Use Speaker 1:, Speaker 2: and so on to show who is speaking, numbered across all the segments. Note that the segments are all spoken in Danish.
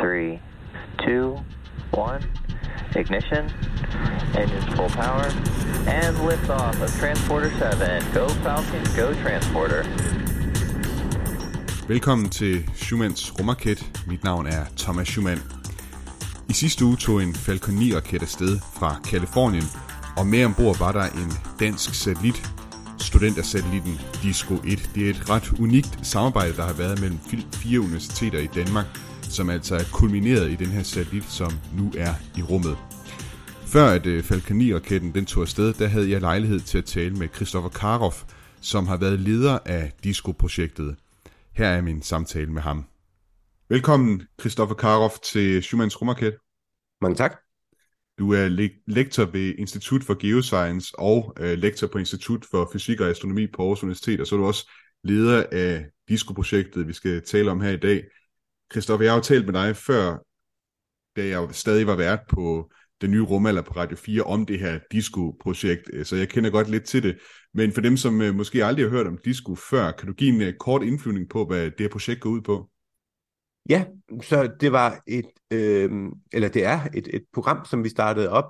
Speaker 1: 3, 2, 1. Ignition. Engines full power. And liftoff of Transporter 7. Go Falcon, go Transporter.
Speaker 2: Velkommen til Schumanns rumraket. Mit navn er Thomas Schumann. I sidste uge tog en Falcon 9-raket afsted fra Californien, og med ombord var der en dansk satellit, studentersatellitten DISCO 1. Det er et ret unikt samarbejde, der har været mellem 4 universiteter i Danmark, som altså er kulmineret i den her satellit, som nu er i rummet. Før at Falcon 9-raketten den tog afsted, der havde jeg lejlighed til at tale med Christoffer Karoff, som har været leder af DISCO-projektet. Her er min samtale med ham. Velkommen, Christoffer Karoff, til Schumanns rumraket.
Speaker 3: Mange tak.
Speaker 2: Du er lektor ved Institut for Geoscience og lektor på Institut for Fysik og Astronomi på Aarhus Universitet, og så er du også leder af DISCO-projektet, vi skal tale om her i dag. Christoffer, jeg har jo talt med dig før, da jeg stadig var vært på Den Nye Rumalder på Radio 4 om det her DISCO-projekt, så jeg kender godt lidt til det. Men for dem, som måske aldrig har hørt om DISCO før, kan du give en kort indflyvning på, hvad det her projekt går ud på?
Speaker 3: Ja, så det var det er et program, som vi startede op,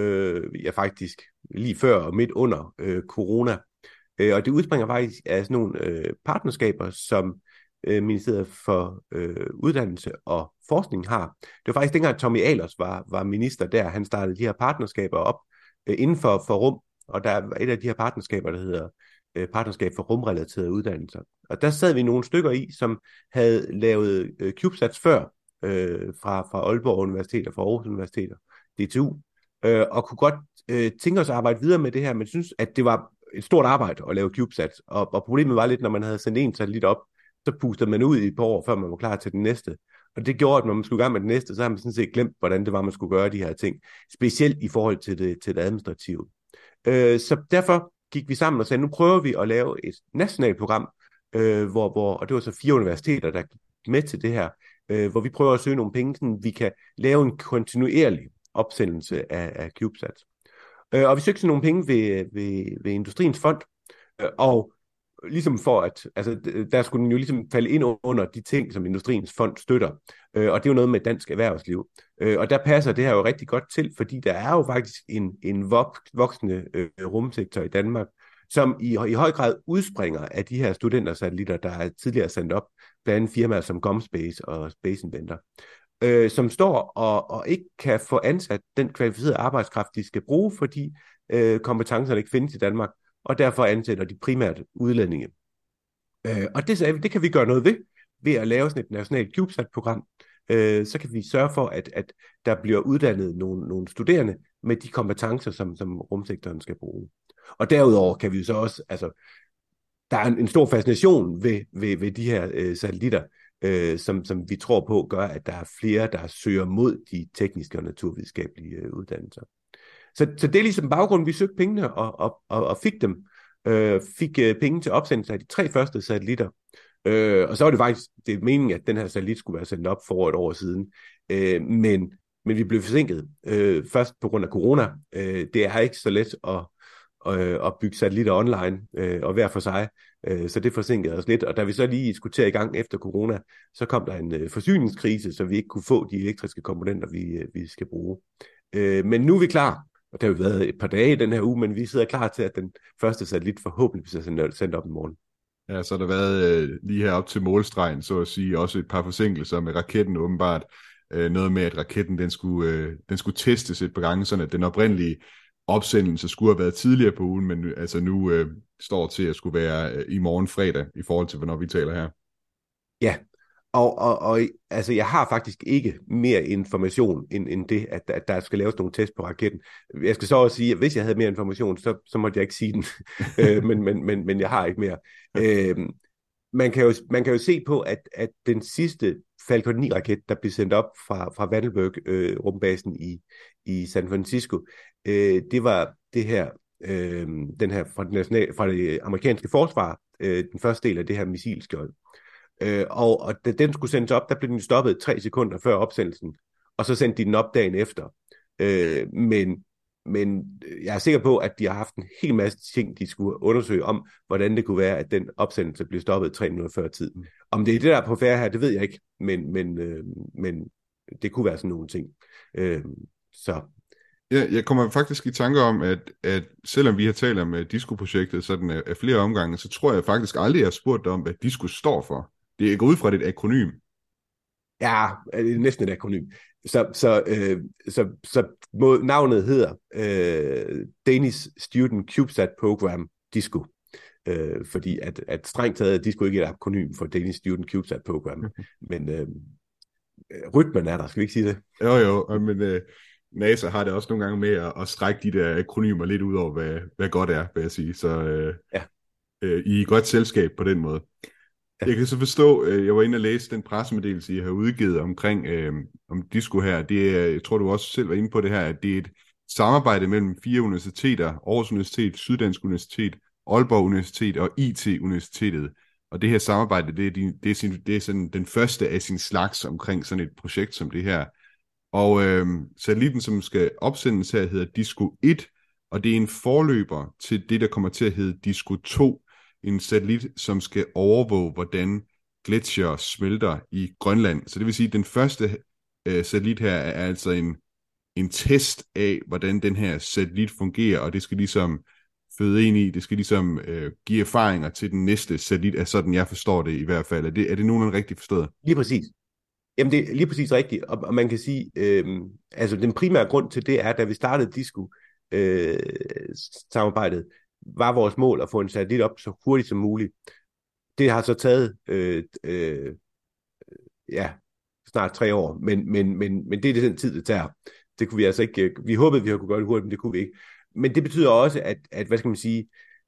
Speaker 3: faktisk lige før og midt under corona. Og det udspringer faktisk af sådan nogle partnerskaber, som Ministeriet for Uddannelse og Forskning har. Det var faktisk dengang Tommy Ahlers var minister der, han startede de her partnerskaber op inden for rum, og der er et af de her partnerskaber, der hedder Partnerskab for rumrelaterede uddannelser. Og der sad vi nogle stykker i, som havde lavet CubeSats før fra Aalborg Universitet og fra Aarhus Universitet, DTU, og kunne godt tænke os at arbejde videre med det her, men synes, at det var et stort arbejde at lave CubeSats. Og problemet var lidt, når man havde sendt en satellit op, så pustede man ud i et par år, før man var klar til den næste. Og det gjorde, at når man skulle i gang med den næste, så har man sådan set glemt, hvordan det var, man skulle gøre de her ting. Specielt i forhold til det administrative. Så derfor gik vi sammen og sagde, nu prøver vi at lave et nationalt program, og det var så 4 universiteter, der gik med til det her, hvor vi prøver at søge nogle penge, så vi kan lave en kontinuerlig opsendelse af CubeSats. Og vi søgte nogle penge ved Industriens Fond, og ligesom for at, der skulle den jo ligesom falde ind under de ting, som Industriens Fond støtter. Og det er jo noget med dansk erhvervsliv. Og der passer det her jo rigtig godt til, fordi der er jo faktisk en voksende rumsektor i Danmark, som i høj grad udspringer af de her studentersatellitter, der er tidligere sendt op, blandt andet firmaer som GomSpace og Space Inventor, som står og ikke kan få ansat den kvalificerede arbejdskraft, de skal bruge, fordi kompetencerne ikke findes i Danmark, og derfor ansætter de primært udlændinge. Og det sagde vi, det kan vi gøre noget ved at lave sådan et nationalt CubeSat-program. Så kan vi sørge for, at der bliver uddannet nogle studerende med de kompetencer, som rumsektoren skal bruge. Og derudover kan vi jo så også, der er en stor fascination ved de her satellitter, som vi tror på gør, at der er flere, der søger mod de tekniske og naturvidenskabelige uddannelser. Så det er ligesom baggrunden, vi søgte pengene og fik dem. Fik penge til opsendelse af de 3 første satellitter. Og så var det faktisk meningen, at den her satellit skulle være sendt op for et år siden. Men vi blev forsinket. Først på grund af corona. Det er ikke så let at bygge satellitter online og hver for sig. Så det forsinkede os lidt. Og da vi så lige skulle til i gang efter corona, så kom der en forsyningskrise, så vi ikke kunne få de elektriske komponenter, vi skal bruge. Men nu er vi klar. Og det har jo været et par dage i den her uge, men vi sidder klar til, at den første satellit forhåbentlig bliver sendt op i morgen.
Speaker 2: Ja, så har der været lige her op til målstregen, så at sige, også et par forsinkelser med raketten åbenbart. Noget med, at raketten den skulle testes et par gange, sådan at den oprindelige opsendelse skulle have været tidligere på ugen, men nu står til at skulle være i morgen fredag, i forhold til, hvornår vi taler her.
Speaker 3: Ja, og jeg har faktisk ikke mere information end det, at der skal laves nogle test på raketten. Jeg skal så også sige, at hvis jeg havde mere information, så måtte jeg ikke sige den. men jeg har ikke mere. Man kan jo se på, at den sidste Falcon 9-raket, der blev sendt op fra Vandenberg rumbasen i San Francisco, det var det her, den her fra det amerikanske forsvar, den første del af det her missilskjold. Og da den skulle sendes op, der blev den stoppet 3 sekunder før opsendelsen, og så sendte de den op dagen efter. Men jeg er sikker på, at de har haft en hel masse ting, de skulle undersøge om, hvordan det kunne være, at den opsendelse blev stoppet 3 minutter før tid. Om det er det, der er på færre her, det ved jeg ikke, men det kunne være sådan nogle ting. Så
Speaker 2: Ja, jeg kommer faktisk i tanke om, at selvom vi har talt om DISCO-projektet sådan af flere omgange, så tror jeg faktisk aldrig, jeg har spurgt dig om, hvad DISCO står for. Det er går ud fra et akronym.
Speaker 3: ja, det er næsten et akronym. Så navnet hedder Danish Student CubeSat Program DISCO. Fordi at strengt taget er DISCO ikke et akronym for Danish Student CubeSat Program. Men rytmen er der, skal vi ikke sige det?
Speaker 2: Jo, men NASA har det også nogle gange med at strække de der akronymer lidt ud over, hvad godt er, vil jeg sige. Så
Speaker 3: ja.
Speaker 2: I er godt selskab på den måde. Ja. Jeg kan så forstå, jeg var inde og læse den pressemeddelelse, I har udgivet omkring om DISCO her. Det er, jeg tror, du også selv var inde på det her, at det er et samarbejde mellem 4 universiteter, Aarhus Universitet, Syddansk Universitet, Aalborg Universitet og IT-universitetet. Og det her samarbejde, det er sådan den første af sin slags omkring sådan et projekt som det her. Og satellitten, som skal opsendes her, hedder DISCO 1, og det er en forløber til det, der kommer til at hedde DISCO 2, en satellit, som skal overvåge, hvordan gletsjere smelter i Grønland. Så det vil sige, at den første satellit her er altså en test af, hvordan den her satellit fungerer, og det skal ligesom føde ind i, det skal ligesom give erfaringer til den næste satellit, er sådan jeg forstår det i hvert fald. Er det nogenlunde rigtigt forstået? Lige
Speaker 3: præcis. Jamen det er lige præcis rigtigt, og man kan sige, altså den primære grund til det er, da vi startede DISCO-samarbejdet, var vores mål at få en satellit op så hurtigt som muligt. Det har så taget snart 3 år, men det er den tid, det tager. Det kunne vi altså ikke, vi håbede, vi havde kunne gøre det hurtigt, men det kunne vi ikke. Men det betyder også, at hvad skal man sige,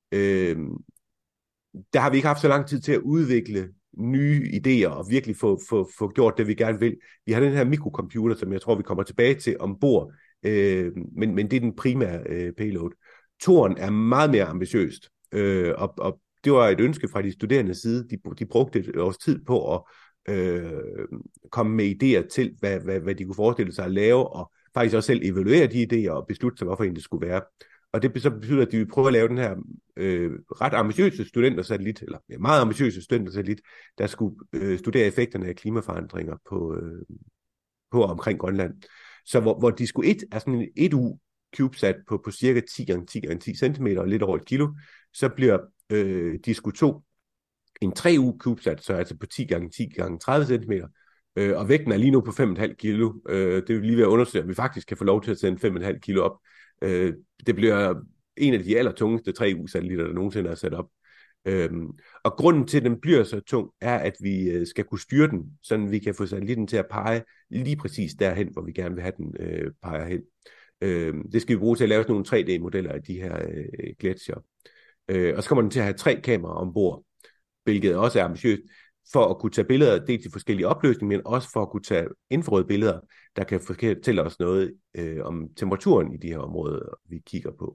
Speaker 3: der har vi ikke haft så lang tid til at udvikle nye idéer og virkelig få gjort det, vi gerne vil. Vi har den her mikrocomputer, som jeg tror, vi kommer tilbage til ombord, men det er den primære payload. Toren er meget mere ambitiøst, og det var et ønske fra de studerendes side. De brugte et års tid på at komme med idéer til, hvad de kunne forestille sig at lave, og faktisk også selv evaluere de idéer og beslutte sig, hvorfor det skulle være. Og det så betyder, at de vil prøve at lave den her ret ambitiøse studentersatellit, eller meget ambitiøse studentersatellit, der skulle studere effekterne af klimaforandringer på omkring Grønland. Så hvor DISCO 1 er sådan en 1U CubeSat på cirka 10 x 10 x 10 cm og lidt over 1 kilo, så bliver DISCO 2 en 3U CubeSat, så altså på 10 x 10 x 30 cm, og vægten er lige nu på 5,5 kilo. Det vil lige være undersøgt, at vi faktisk kan få lov til at sende 5,5 kilo op. Det bliver en af de allertungeste 3U-satellitter, der nogensinde er sat op. Og grunden til, at den bliver så tung, er, at vi skal kunne styre den, så vi kan få satellitten til at pege lige præcis derhen, hvor vi gerne vil have den peger hen. Det skal vi bruge til at lave sådan nogle 3D-modeller af de her gletsjere. Og så kommer den til at have 3 kameraer ombord, hvilket også er ambitiøst, for at kunne tage billeder, dels i forskellige opløsninger, men også for at kunne tage infrarøde billeder, der kan fortælle os noget om temperaturen i de her områder, vi kigger på.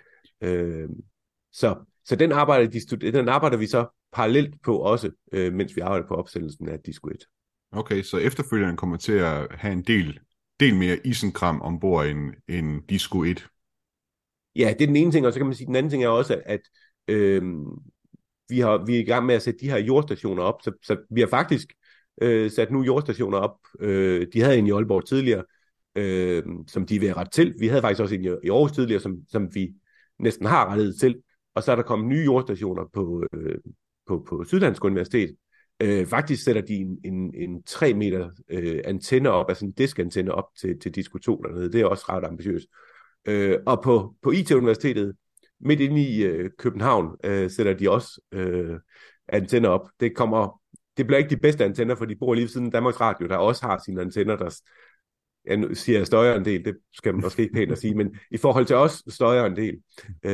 Speaker 3: Så den arbejder vi så parallelt på også, mens vi arbejder på opsendelsen af DISCO 1.
Speaker 2: Okay, så efterfølgende kommer til at have en del mere isenkram ombord end DISCO 1.
Speaker 3: Ja, det er den ene ting, og så kan man sige, den anden ting er også, at vi er i gang med at sætte de her jordstationer op, så vi har faktisk sat nu jordstationer op. De havde en i Aalborg tidligere, som de vil rette til. Vi havde faktisk også en i Aarhus tidligere, som vi næsten har rettet til. Og så er der kommet nye jordstationer på Syddansk Universitet. Faktisk sætter de en 3 meter antenne op, altså en diskantenne op til DISCO 2 dernede. Det er også ret ambitiøst. Og på IT-universitetet, midt inde i København, sætter de også antenner op. Det bliver ikke de bedste antenner, for de bor lige ved siden af Danmarks Radio, der også har sine antenner, der nu siger jeg støjer en del, det skal man måske ikke pænt at sige, men i forhold til os støjer en del.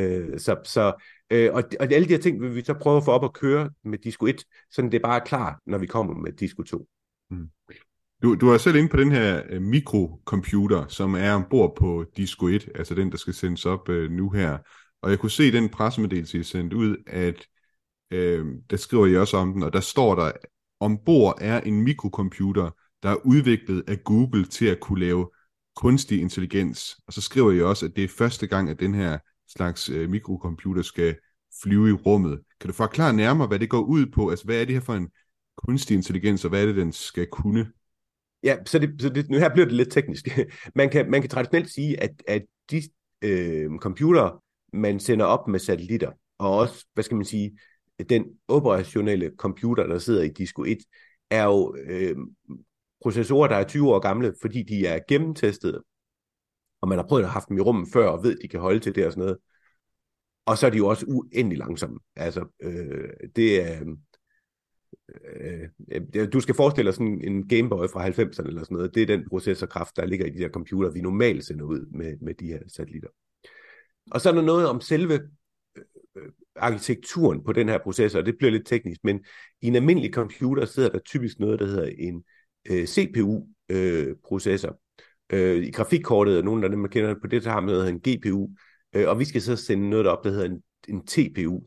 Speaker 3: Og alle de her ting vil vi så prøve at få op at køre med DISCO 1, så det bare er klar, når vi kommer med DISCO 2.
Speaker 2: Mm. Du er selv inde på den her mikrocomputer, som er ombord på DISCO 1, altså den, der skal sendes op nu her. Og jeg kunne se den pressemeddelelse, I sendte ud, at der skriver I også om den, og der står der, ombord er en mikrocomputer, der er udviklet af Google til at kunne lave kunstig intelligens. Og så skriver I også, at det er første gang, at den her slags mikrocomputer skal flyve i rummet. Kan du forklare nærmere, hvad det går ud på? Altså, hvad er det her for en kunstig intelligens, og hvad er det, den skal kunne?
Speaker 3: Ja, nu her bliver det lidt teknisk. Man kan traditionelt sige, at de computere, man sender op med satellitter, og også, hvad skal man sige, den operationelle computer, der sidder i Disco 1, er jo processorer, der er 20 år gamle, fordi de er gennemtestet, og man har prøvet at have dem i rummet før, og ved, at de kan holde til det og sådan noget. Og så er de jo også uendelig langsomme. Altså, det er... du skal forestille dig sådan en Game Boy fra 90'erne eller sådan noget. Det er den processorkraft, der ligger i de der computer, vi normalt sender ud med de her satellitter. Og så er der noget om selve arkitekturen på den her processor, og det bliver lidt teknisk, men i en almindelig computer sidder der typisk noget, der hedder en CPU-processor. I grafikkortet, og nogen af dem, man kender på det, så har man noget, der hedder en GPU, og vi skal så sende noget op, der hedder en TPU.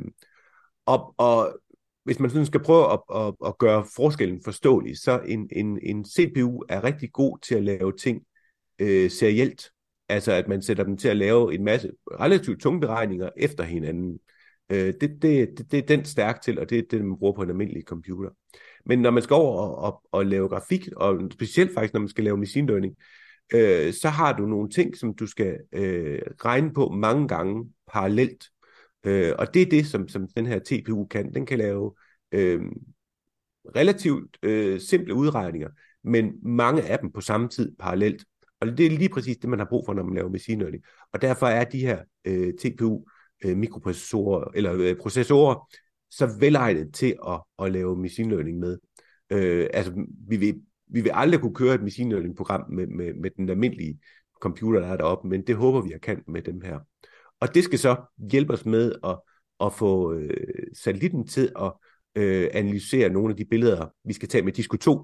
Speaker 3: Og hvis man sådan skal prøve at gøre forskellen forståelig, så en CPU er rigtig god til at lave ting serielt. Altså at man sætter dem til at lave en masse relativt tunge beregninger efter hinanden. Det er den stærk til, og det er det, man bruger på en almindelig computer. Men når man skal over og lave grafik, og specielt faktisk når man skal lave machine learning, så har du nogle ting, som du skal regne på mange gange parallelt. Og det er det, som den her TPU kan. Den kan lave relativt simple udregninger, men mange af dem på samme tid parallelt. Og det er lige præcis det, man har brug for, når man laver machine learning. Og derfor er de her TPU mikroprocessorer, eller processorer, så velegnet til at lave machine learning med. Altså, vi vil aldrig kunne køre et machine learning program med den almindelige computer, der er deroppe, men det håber vi, at kan med dem her. Og det skal så hjælpe os med at få satellitten til at analysere nogle af de billeder, vi skal tage med Disco 2.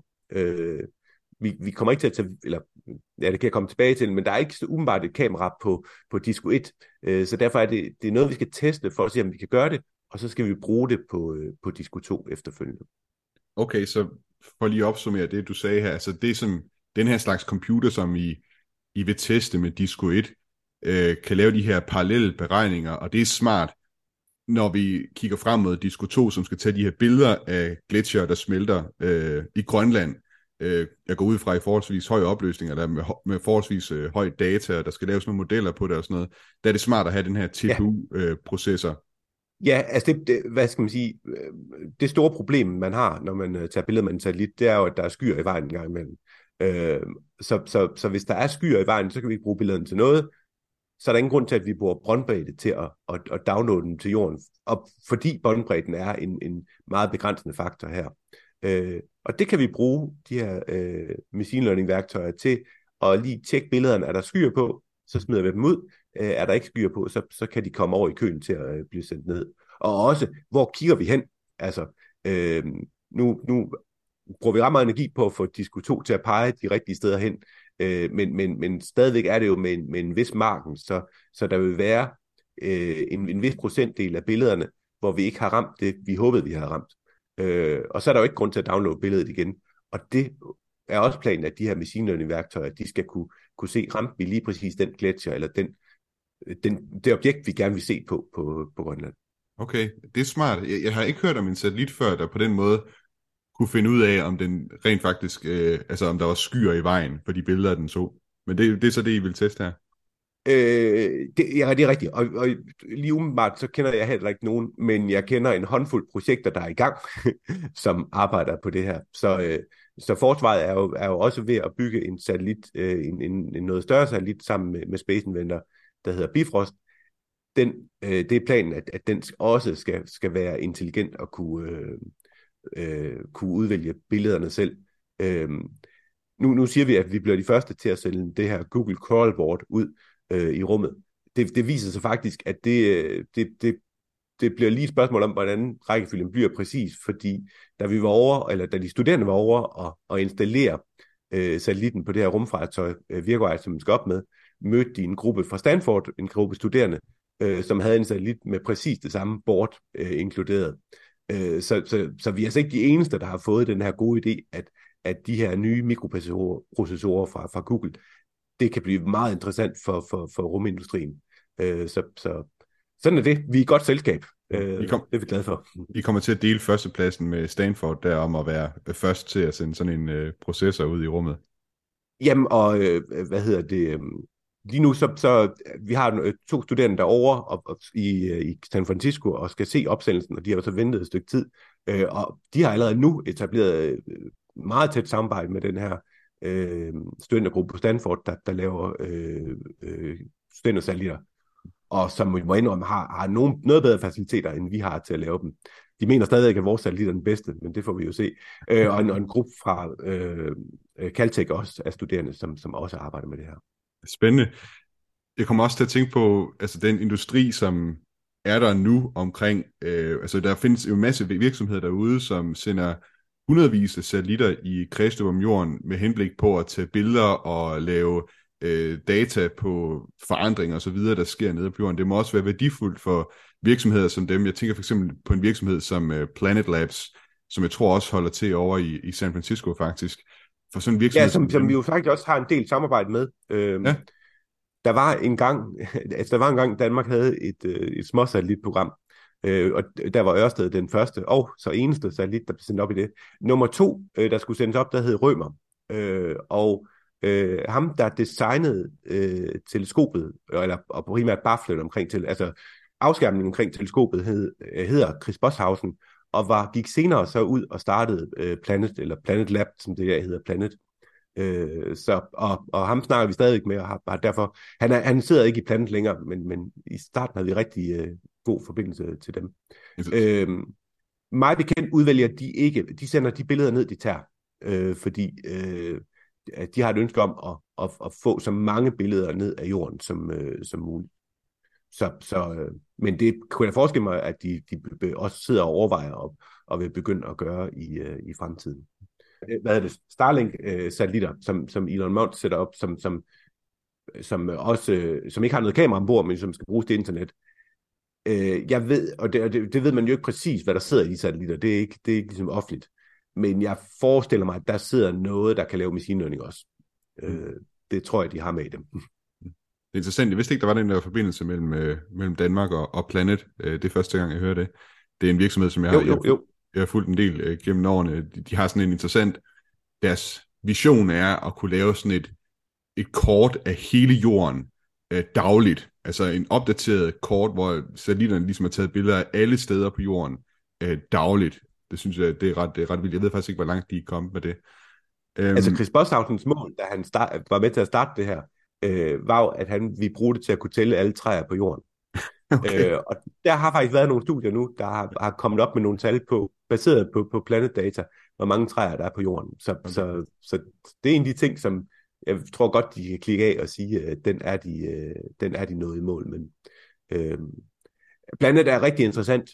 Speaker 3: Vi kommer ikke til at tage, eller ja, det kan jeg komme tilbage til, men der er ikke så umiddelbart et kamera på Disco 1, så derfor er det er noget, vi skal teste for at se, om vi kan gøre det, og så skal vi bruge det på Disco 2 efterfølgende.
Speaker 2: Okay, så for lige at opsummere det, du sagde her, altså det som den her slags computer, som I vil teste med Disco 1, kan lave de her parallelle beregninger, og det er smart, når vi kigger frem mod Disco 2, som skal tage de her billeder af gletsjere, der smelter i Grønland. Jeg går ud fra i forholdsvis høj opløsning, eller med forholdsvis høj data, og der skal laves nogle modeller på det og sådan noget. Der er det smart at have den her TPU-processor.
Speaker 3: Ja, altså hvad skal man sige, det store problem, man har, når man tager billeder med en satellit, det er jo, at der er skyer i vejen en gang imellem. Så hvis der er skyer i vejen, så kan vi ikke bruge billederne til noget. Så er der ingen grund til, at vi bruger båndbredde til at downloade dem til jorden, og fordi båndbredden er en meget begrænsende faktor her. Og det kan vi bruge, de her machine learning værktøjer, til at lige tjekke billederne. Er der skyer på, så smider vi dem ud. Er der ikke skyer på, så kan de komme over i køen til at blive sendt ned. Og også, hvor kigger vi hen? Altså, nu bruger vi ret meget energi på at få Disco 2 til at pege de rigtige steder hen, men stadigvæk er det jo med en vis margen, så der vil være en vis procentdel af billederne, hvor vi ikke har ramt det, vi håbede, vi havde ramt. Og så er der jo ikke grund til at downloade billedet igen. Og det er også planen, at de her machine learning værktøjer, de skal kunne se, ramte vi lige præcis den gletsjer, eller det objekt, vi gerne vil se på Grønland.
Speaker 2: Okay, det er smart. Jeg har ikke hørt om en satellit før, der på den måde kunne finde ud af, om den rent faktisk, altså om der var skyer i vejen på de billeder, den så. Men det er så det, I vil teste her?
Speaker 3: Det er rigtigt, og lige umiddelbart så kender jeg heller ikke nogen, men jeg kender en håndfuld projekter, der er i gang, som arbejder på det her. Så forsvaret er jo også ved at bygge en satellit, en noget større satellit sammen med Space Inventor, der hedder Bifrost. Det er planen, at den også skal være intelligent og kunne udvælge billederne selv. Nu siger vi, at vi bliver de første til at sende det her Google Coral Board ud i rummet. Det viser sig faktisk, at det bliver lige et spørgsmål om, hvordan rækkefølgen bliver præcis, fordi da de studerende var over og installere satellitten på det her rumfartøj, Virgo, som man skal op med, mødte de en gruppe fra Stanford, en gruppe studerende, som havde en satellit med præcis det samme board inkluderet. Så vi er altså ikke de eneste, der har fået den her gode idé, at de her nye mikroprocessorer fra Google, det kan blive meget interessant for rumindustrien. Så sådan er det. Vi er et godt selskab. Det er vi glade for.
Speaker 2: I kommer til at dele førstepladsen med Stanford der om at være først til at sende sådan en processor ud i rummet.
Speaker 3: Jamen, og lige nu så vi har 2 studerende derovre i San Francisco og skal se opsendelsen, og de har så ventet et stykke tid. Og de har allerede nu etableret meget tæt samarbejde med den her studentergruppe på Stanford, der laver studentersatellitter, og som vi må indrømme har noget bedre faciliteter, end vi har til at lave dem. De mener stadig, at vores satellit er den bedste, men det får vi jo se. Og en gruppe fra Caltech også af studerende, som også arbejder med det her.
Speaker 2: Spændende. Jeg kommer også til at tænke på altså den industri, som er der nu omkring. Altså der findes jo en masse virksomheder derude, som sender hundredvis af satellitter i kredsløb om jorden med henblik på at tage billeder og lave data på forandringer og så videre, der sker nede på jorden. Det må også være værdifuldt for virksomheder som dem. Jeg tænker for eksempel på en virksomhed som Planet Labs, som jeg tror også holder til over i San Francisco faktisk. For sådan en virksomhed,
Speaker 3: som vi jo faktisk også har en del samarbejde med. Ja. Der var en gang Danmark havde et småsatellitprogram, og der var Ørsted den første og så eneste satellit, der blev sendt op i det. Nummer 2, der skulle sendes op, der hed Rømer. Og ham, der designede teleskopet, og primært bafflen omkring altså afskærmningen omkring teleskopet, hedder Chris Bosshausen, og gik senere så ud og startede Planet Lab, som det hedder Planet. Og ham snakker vi stadig med, og har derfor, han sidder ikke i Planet længere, men i starten havde vi rigtig god forbindelse til dem. Meget bekendt udvælger de sender de billeder ned, de tager, fordi de har et ønske om at få så mange billeder ned af jorden som muligt. Men det kunne jeg forestille mig, at de også sidder og overvejer og vil begynde at gøre i fremtiden. Hvad er det? Starlink-satellitter, som Elon Musk sætter op, som ikke har noget kamera ombord, men som skal bruges til internet. Jeg ved, og det ved man jo ikke præcis, hvad der sidder i de satellitter. Det er ikke ligesom offentligt. Men jeg forestiller mig, at der sidder noget, der kan lave machine learning også. Det tror jeg, de har med i dem.
Speaker 2: Det er interessant. Jeg vidste ikke, der var den der forbindelse mellem Danmark og Planet. Det er første gang, jeg hører det. Det er en virksomhed, som jeg har fulgt en del gennem årene. De har sådan en interessant... Deres vision er at kunne lave sådan et kort af hele jorden dagligt. Altså en opdateret kort, hvor satellitterne ligesom har taget billeder af alle steder på jorden dagligt. Det synes jeg, det er ret vildt. Jeg ved faktisk ikke, hvor langt de er kommet med det.
Speaker 3: Altså Chris Boshausens mål, da han var med til at starte det her, var jo, at han ville bruge det til at kunne tælle alle træer på jorden. Okay. Og der har faktisk været nogle studier nu, der har kommet op med nogle tal baseret på Planet Data, hvor mange træer der er på jorden. Så det er en af de ting, som jeg tror godt, de kan klikke af og sige, at den er de nået i mål. Men Planet er rigtig interessant.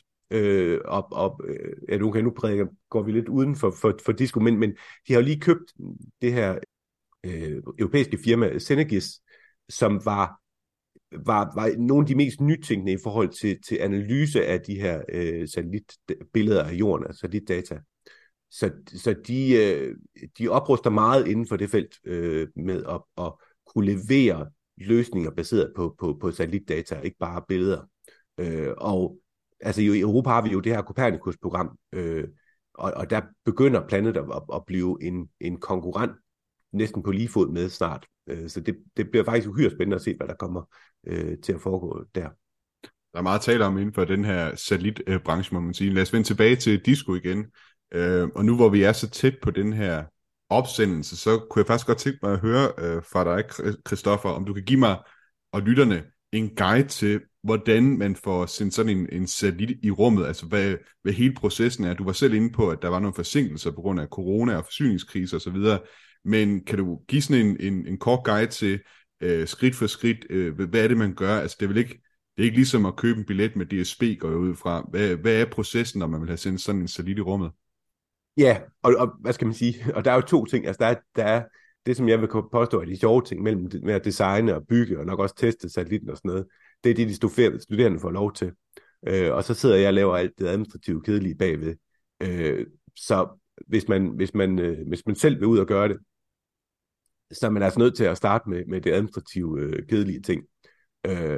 Speaker 3: Nu går vi lidt uden for disco, men de har jo lige købt det her europæiske firma Synagis, som var nogle af de mest nytænkende i forhold til analyse af de her satellitbilleder af jorden, altså satellitdata. Så de opruster meget inden for det felt med at kunne levere løsninger baseret på satellitdata, ikke bare billeder. Og altså i Europa har vi jo det her Copernicus-program, og der begynder Planet at blive en konkurrent næsten på lige fod med snart. Så det bliver faktisk uhyre spændende at se, hvad der kommer til at foregå der.
Speaker 2: Der er meget at tale om inden for den her satellitbranche, må man sige. Lad os vende tilbage til disco igen. Og nu hvor vi er så tæt på den her opsendelse, så kunne jeg faktisk godt tænke mig at høre fra dig, Christoffer, om du kan give mig og lytterne en guide til, hvordan man får sendt sådan en satellit i rummet, altså hvad hele processen er. Du var selv inde på, at der var nogle forsinkelser på grund af corona og forsyningskriser osv., men kan du give sådan en kort guide til skridt for skridt, hvad er det, man gør? Altså det er ikke ligesom at købe en billet med DSB, går jeg ud fra. Hvad er processen, når man vil have sendt sådan en satellit i rummet?
Speaker 3: Ja, og hvad skal man sige? Og der er jo 2 ting. Altså der er det, som jeg vil påstå, er de sjove ting mellem med at designe og bygge, og nok også teste satellitten og sådan noget. Det er det, de studerende får lov til. Og så sidder jeg og laver alt det administrative kedelige bagved. Så hvis man selv vil ud og gøre det, så er man altså nødt til at starte med det administrative kedelige ting.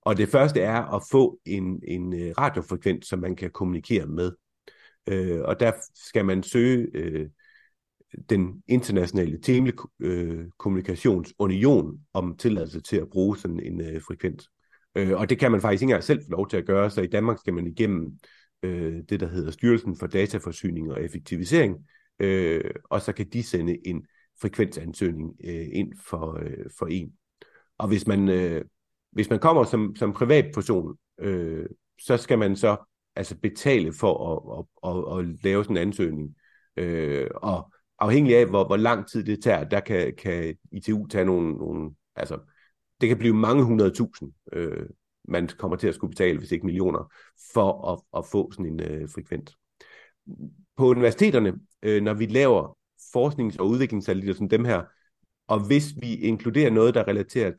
Speaker 3: Og det første er at få en radiofrekvens, som man kan kommunikere med. Og der skal man søge den internationale telekommunikationsunion om tilladelse til at bruge sådan en frekvens. Og det kan man faktisk ikke engang selv få lov til at gøre, så i Danmark skal man igennem det, der hedder Styrelsen for Dataforsyning og Effektivisering, og så kan de sende en frekvensansøgning ind for en. Og hvis man kommer som privatperson, så skal man så altså betale for at lave sådan en ansøgning. Og afhængig af, hvor lang tid det tager, der kan ITU tage nogle altså det kan blive mange 100.000, man kommer til at skulle betale, hvis ikke millioner, for at få sådan en frekvens. På universiteterne, når vi laver forsknings- og udviklingssatellitter som dem her, og hvis vi inkluderer noget, der er relateret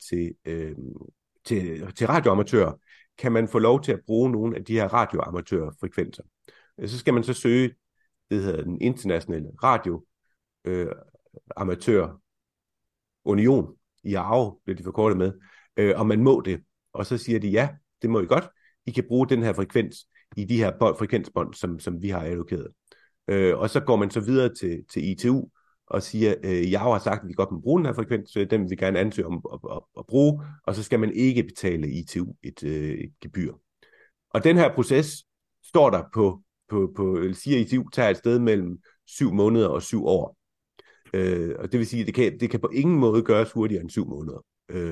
Speaker 3: til radioamatører, kan man få lov til at bruge nogle af de her radioamatørfrekvenser. Så skal man så søge, det hedder den internationale radioamatørunion, IAO bliver de forkortet med, og man må det. Og så siger de, ja, det må I godt. I kan bruge den her frekvens i de her frekvensbånd, som vi har allokeret. Og så går man så videre til ITU og siger, IAO har sagt, at vi godt må bruge den her frekvens, så den vil vi gerne ansøge om at bruge, og så skal man ikke betale ITU et gebyr. Og den her proces står der siger ITU, tager et sted mellem 7 måneder og 7 år. Og det vil sige, at det kan på ingen måde gøres hurtigere end 7 måneder.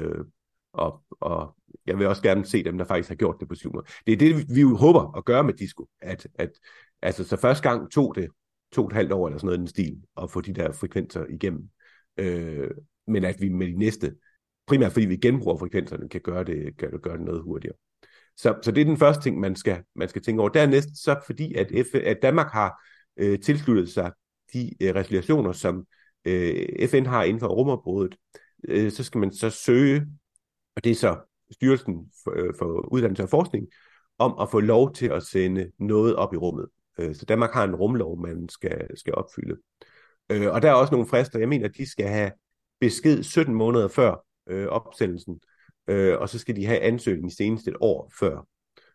Speaker 3: Og jeg vil også gerne se dem, der faktisk har gjort det på 7 måneder. Det er det, vi jo håber at gøre med Disco. Altså, så første gang tog det 2,5 år eller sådan noget i den stil, at få de der frekvenser igennem. Men at vi med de næste, primært fordi vi genbruger frekvenserne, kan gøre det noget hurtigere. Så det er den første ting, man skal tænke over. Dernæst så fordi, at Danmark har tilsluttet sig de resolutioner, som FN har inden for rumområdet, så skal man så søge, og det er så Styrelsen for Uddannelse og Forskning, om at få lov til at sende noget op i rummet. Så Danmark har en rumlov, man skal opfylde. Og der er også nogle frister. Jeg mener, at de skal have besked 17 måneder før opsendelsen, og så skal de have ansøgning senest et år før.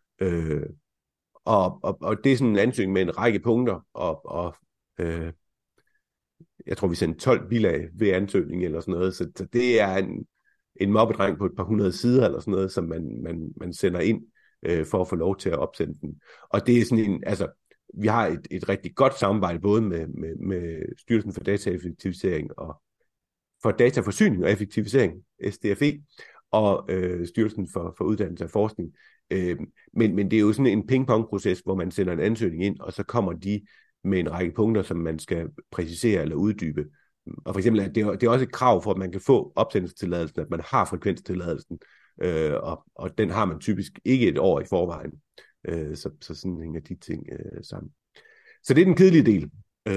Speaker 3: Og det er sådan en ansøgning med en række punkter, og jeg tror, vi sendte 12 bilag ved ansøgning eller sådan noget, så det er en mobbedreng på et par 100 sider eller sådan noget, som man sender ind for at få lov til at opsende den. Og det er sådan en, altså, vi har et rigtig godt samarbejde både med Styrelsen for Dataeffektivisering og for Dataforsyning og Effektivisering, SDFE, og Styrelsen for Uddannelse og Forskning. Men det er jo sådan en ping-pong-proces, hvor man sender en ansøgning ind, og så kommer de med en række punkter, som man skal præcisere eller uddybe. Og for eksempel, det er også et krav for, at man kan få opsendelsestilladelsen, at man har frekvenstilladelsen, og den har man typisk ikke et år i forvejen. Så sådan hænger de ting sammen. Så det er den kedelige del.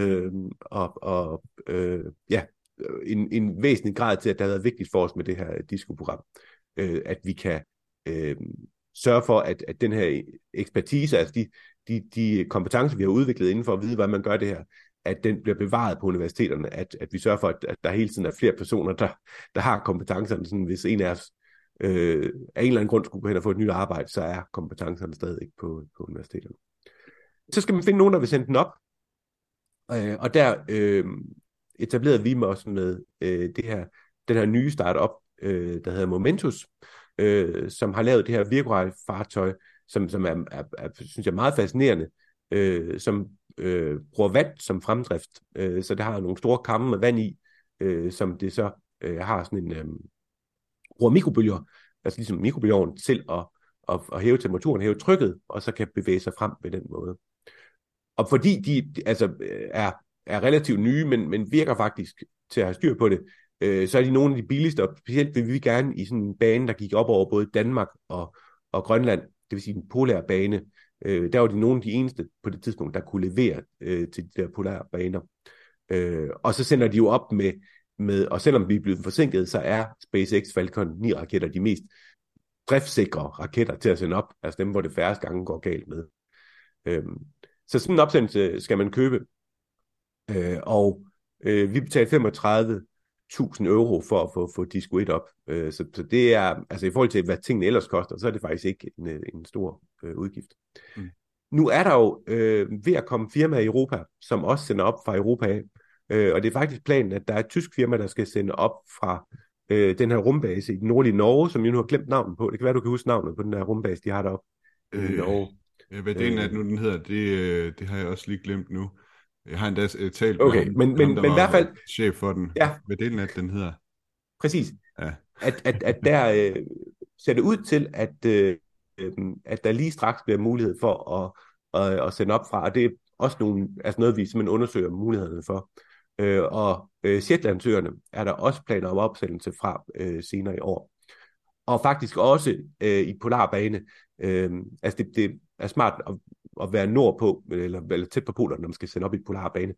Speaker 3: En væsentlig grad til, at det har været vigtigt for os med det her Disco-program, at vi kan sørge for, at den her ekspertise, altså de kompetencer, vi har udviklet inden for at vide, hvordan man gør det her, at den bliver bevaret på universiteterne, at vi sørger for, at der hele tiden er flere personer, der har kompetencerne, sådan hvis en af os af en eller anden grund skulle gå hen og få et nyt arbejde, så er kompetencerne stadig ikke på universiteterne. Så skal man finde nogen, der vil sende den op, og der etablerede vi også med den her nye startup, der hedder Momentus, som har lavet det her Virtual-fartøj, som er, synes jeg, meget fascinerende, som bruger vand som fremdrift, så det har nogle store kamme med vand i, som det så har sådan en bruger mikrobølger, altså ligesom mikrobølgeovnen, til at hæve temperaturen, hæve trykket, og så kan bevæge sig frem på den måde. Og fordi de altså er relativt nye, men virker faktisk til at have styr på det, så er de nogle af de billigste, og specielt vil vi gerne i sådan en bane, der gik op over både Danmark og Grønland, det vil sige en polær bane. Der var de nogle af de eneste på det tidspunkt, der kunne levere til de der polære baner. Og så sender de jo op med, og selvom vi er blevet forsinket, så er SpaceX Falcon 9 raketter de mest driftsikre raketter til at sende op, altså dem, hvor det færreste gange går galt med. Så sådan en opsendelse skal man købe, og vi betalte 35 1.000 € for at få Disco 1 op. Så det er, altså i forhold til, hvad tingene ellers koster, så er det faktisk ikke en stor udgift. Mm. Nu er der jo ved at komme firmaer i Europa, som også sender op fra Europa af. Og det er faktisk planen, at der er et tysk firma, der skal sende op fra den her rumbase i den nordlige Norge, som jeg nu har glemt navnet på. Det kan være, du kan huske navnet på den der rumbase, de har deroppe i Norge.
Speaker 2: Hvad delen af nu den hedder, det har jeg også lige glemt nu. Jeg har endda talt
Speaker 3: med men i hvert fald
Speaker 2: chef for den. Ja. Hvad delen af den hedder?
Speaker 3: Præcis. Ja. At der ser det ud til, at der lige straks bliver mulighed for at sende op fra, og det er også noget, vi simpelthen undersøger mulighederne for. Og Shetlandsøerne er der også planer om opsendelse fra senere i år. Og faktisk også i polarbane. Altså det er smart at være nordpå, eller tæt på polerne, når man skal sende op i polarbane.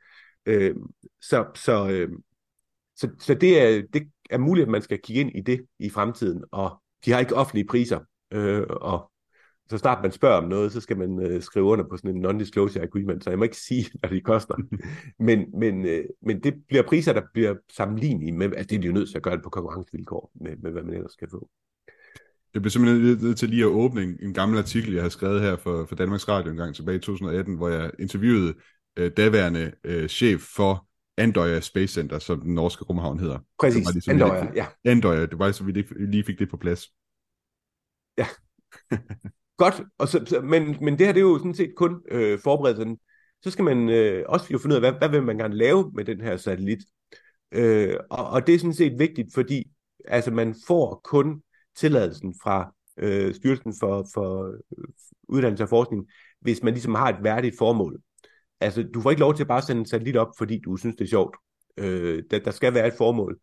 Speaker 3: Så det er muligt, at man skal kigge ind i det i fremtiden, og de har ikke offentlige priser, og så snart man spørger om noget, så skal man skrive under på sådan en non-disclosure agreement, så jeg må ikke sige, hvad det koster. men det bliver priser, der bliver sammenlignelige med, at det er de jo nødt til at gøre det på konkurrencevilkår, med hvad man ellers skal få.
Speaker 2: Jeg blev simpelthen nødt til lige at åbne en gammel artikel, jeg har skrevet her for Danmarks Radio en gang tilbage i 2018, hvor jeg interviewede daværende chef for Andøya Space Center, som den norske rumhavn hedder.
Speaker 3: Præcis, Andøya, ja.
Speaker 2: Andøya, det var så vi lige fik det på plads.
Speaker 3: Ja. Godt, men det her det er jo sådan set kun forberedelsen. Så skal man også jo finde ud af, hvad vil man gerne lave med den her satellit. Og det er sådan set vigtigt, fordi altså, man får kun tilladelsen fra Styrelsen for Uddannelse og Forskning, hvis man ligesom har et værdigt formål. Altså, du får ikke lov til at bare sende en satellit op, fordi du synes, det er sjovt. Der skal være et formål.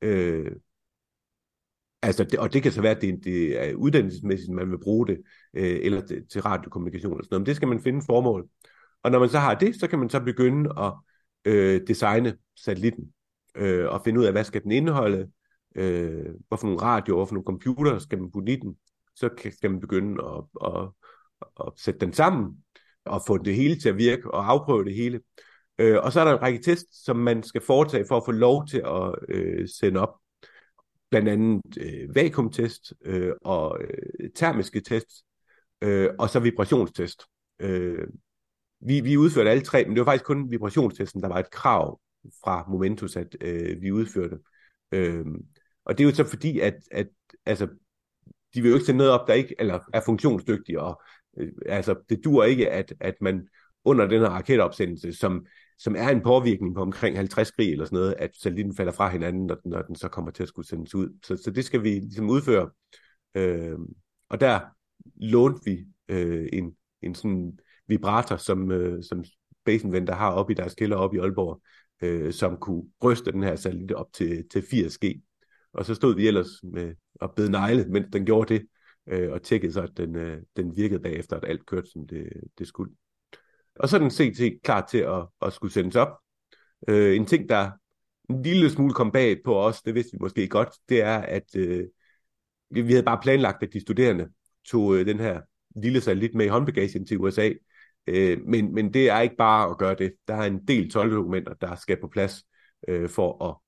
Speaker 3: Og det kan så være, at det er uddannelsesmæssigt, man vil bruge det, eller til radiokommunikation og sådan noget. Men det skal man finde formål. Og når man så har det, så kan man så begynde at designe satellitten, og finde ud af, hvad skal den indeholde, hvorfor nogle radioer, hvorfor nogle computere skal man putte i den. Så skal man begynde at sætte den sammen, og få det hele til at virke, og afprøve det hele. Og så er der en række tests, som man skal foretage for at få lov til at sende op. Blandt andet vakuumtest og termiske tests, og så vibrationstest. Vi udførte alle tre, men det var faktisk kun vibrationstesten, der var et krav fra Momentus, at vi udførte. Og det er jo så fordi, at altså, de vil jo ikke sende noget op, der ikke eller er funktionsdygtige, og altså, det dur ikke, at man under den her raketopsendelse, som er en påvirkning på omkring 50 grig eller sådan noget, at satellitten falder fra hinanden, når den så kommer til at skulle sendes ud. Så det skal vi ligesom udføre. Og der lånte vi en sådan vibrator, som Space Inventor har oppe i deres kælder oppe i Aalborg, som kunne ryste den her satellit op til 80 G. Og så stod vi ellers med og bed negle, mens den gjorde det, og tjekkede så, at den virkede bagefter, at alt kørte, som det skulle. Og så er den CT klar til at skulle sendes op. En ting, der en lille smule kom bag på os, det vidste vi måske godt, det er, at vi havde bare planlagt, at de studerende tog den her lille satellit med i håndbagagen til USA. Men det er ikke bare at gøre det. Der er en del 12-dokumenter, der skal på plads for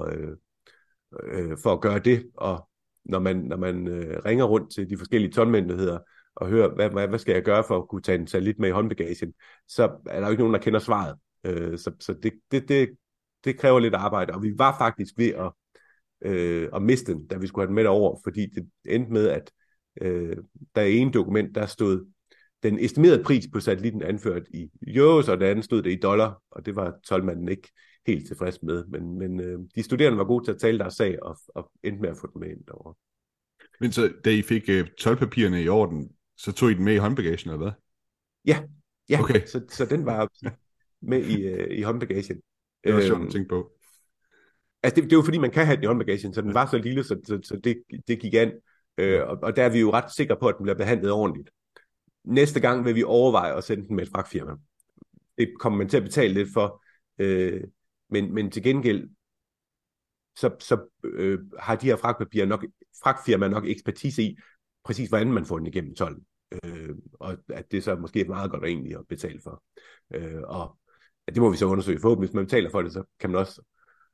Speaker 3: at gøre det. Og når man ringer rundt til de forskellige tolvmyndigheder og hører, hvad skal jeg gøre for at kunne tage en satellit med i håndbagagen, så er der jo ikke nogen, der kender svaret. Så det kræver lidt arbejde. Og vi var faktisk ved at miste den, da vi skulle have den med over, fordi det endte med, at der er en dokument, der stod den estimerede pris på satellitten anført i euros, og det andet stod det i dollar, og det var tolvmanden ikke helt tilfreds med. Men de studerende var gode til at tale deres sag, og endte med at få den med ind derovre.
Speaker 2: Men så da I fik toldpapirerne i orden, så tog I den med i håndbagagen, eller hvad?
Speaker 3: Ja.
Speaker 2: Okay.
Speaker 3: Så den var med i håndbagagen.
Speaker 2: Det var sjovt at tænke på.
Speaker 3: Altså det er jo fordi, man kan have den i håndbagagen, så den var så lille, så det gik an. Og der er vi jo ret sikre på, at den bliver behandlet ordentligt. Næste gang vil vi overveje at sende den med et fragtfirma. Det kommer man til at betale lidt for. Men til gengæld, så har de her fragtfirmaer nok ekspertise i, præcis hvordan man får den igennem tolden. Og at det så måske er meget godt egentlig at betale for. Og det må vi så undersøge. Forhåbentlig, hvis man betaler for det, så kan man også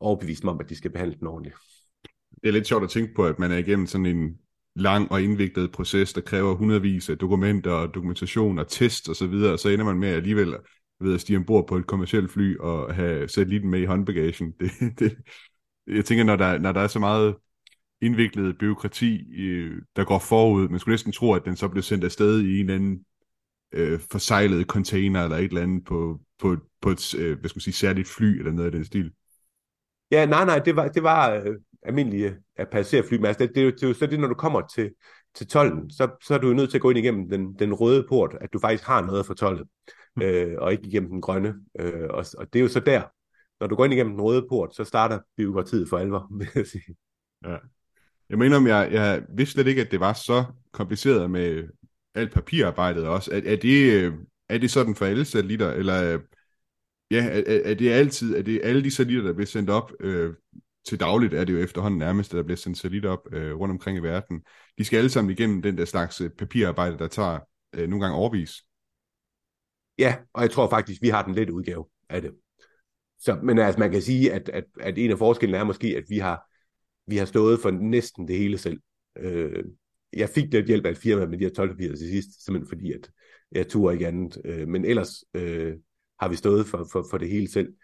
Speaker 3: overbevise dem om, at de skal behandle den ordentligt.
Speaker 2: Det er lidt sjovt at tænke på, at man er igennem sådan en lang og indviklet proces, der kræver hundredvis af dokumenter og dokumentation og test og så videre, og så ender man med alligevel ved at stige ombord på et kommercielt fly og have satellitten med i håndbagagen. Jeg tænker, når der er så meget indviklet byråkrati, der går forud, man skulle næsten tro, at den så blev sendt afsted i en eller anden forsejlet container eller et eller andet på et hvad skal man sige, særligt fly eller noget af den stil.
Speaker 3: Ja, nej, det var almindelige passagerfly, men altså, det er jo så det, når du kommer til tolden, så er du jo nødt til at gå ind igennem den røde port, at du faktisk har noget for toldet, og ikke igennem den grønne. Og det er jo så der, når du går ind igennem den røde port, så starter bureaukratiet for alvor, vil jeg sige.
Speaker 2: Ja. Jeg mener, om jeg vidste slet ikke, at det var så kompliceret med alt papirarbejdet også. Er det sådan for alle satellitter, eller er det alle de satellitter, der bliver sendt op til dagligt, er det jo efterhånden nærmest, der bliver sendt satellitter op rundt omkring i verden. De skal alle sammen igennem den der slags papirarbejde, der tager nogle gange årevis.
Speaker 3: Ja, og jeg tror faktisk, vi har den lette udgave af det. Så, men altså, man kan sige, at en af forskellene er måske, at vi har stået for næsten det hele selv. Jeg fik lidt hjælp af et firma med de her 12-papirer til sidst, simpelthen fordi, at jeg turde ikke andet. Men ellers har vi stået for det hele selv.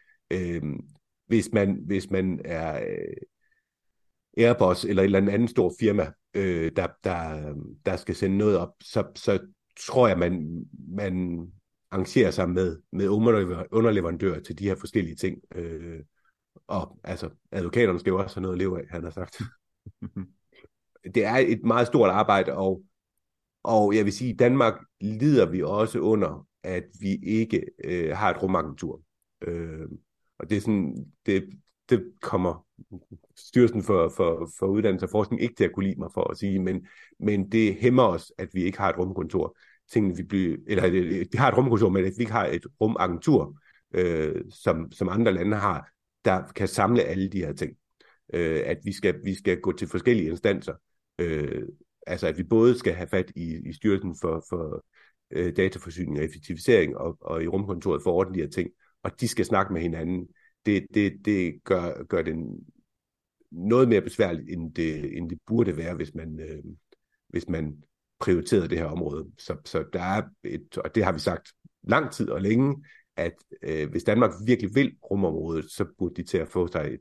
Speaker 3: Hvis man er Airbus eller et eller andet stor firma, der skal sende noget op, så tror jeg, man arrangerer sig med underleverandører til de her forskellige ting. Og altså, advokaterne skal jo også have noget at leve af, han har sagt. Det er et meget stort arbejde, og jeg vil sige, i Danmark lider vi også under, at vi ikke har et rumagentur. Og det er sådan, det kommer Styrelsen for Uddannelse og Forskning ikke til at kunne lide mig for at sige, men det hæmmer os, at vi ikke har et rumkontor. Vi har et rumkontor, men at vi ikke har et rumagentur, som andre lande har, der kan samle alle de her ting. At vi skal gå til forskellige instanser. Altså at vi både skal have fat i Styrelsen for Dataforsyning og Effektivisering og i rumkontoret for ordentlige her ting, og de skal snakke med hinanden. Det gør det noget mere besværligt, end det burde være, hvis man prioriterede det her område. Så der er og det har vi sagt lang tid og længe, at hvis Danmark virkelig vil rumområdet, så burde vi tage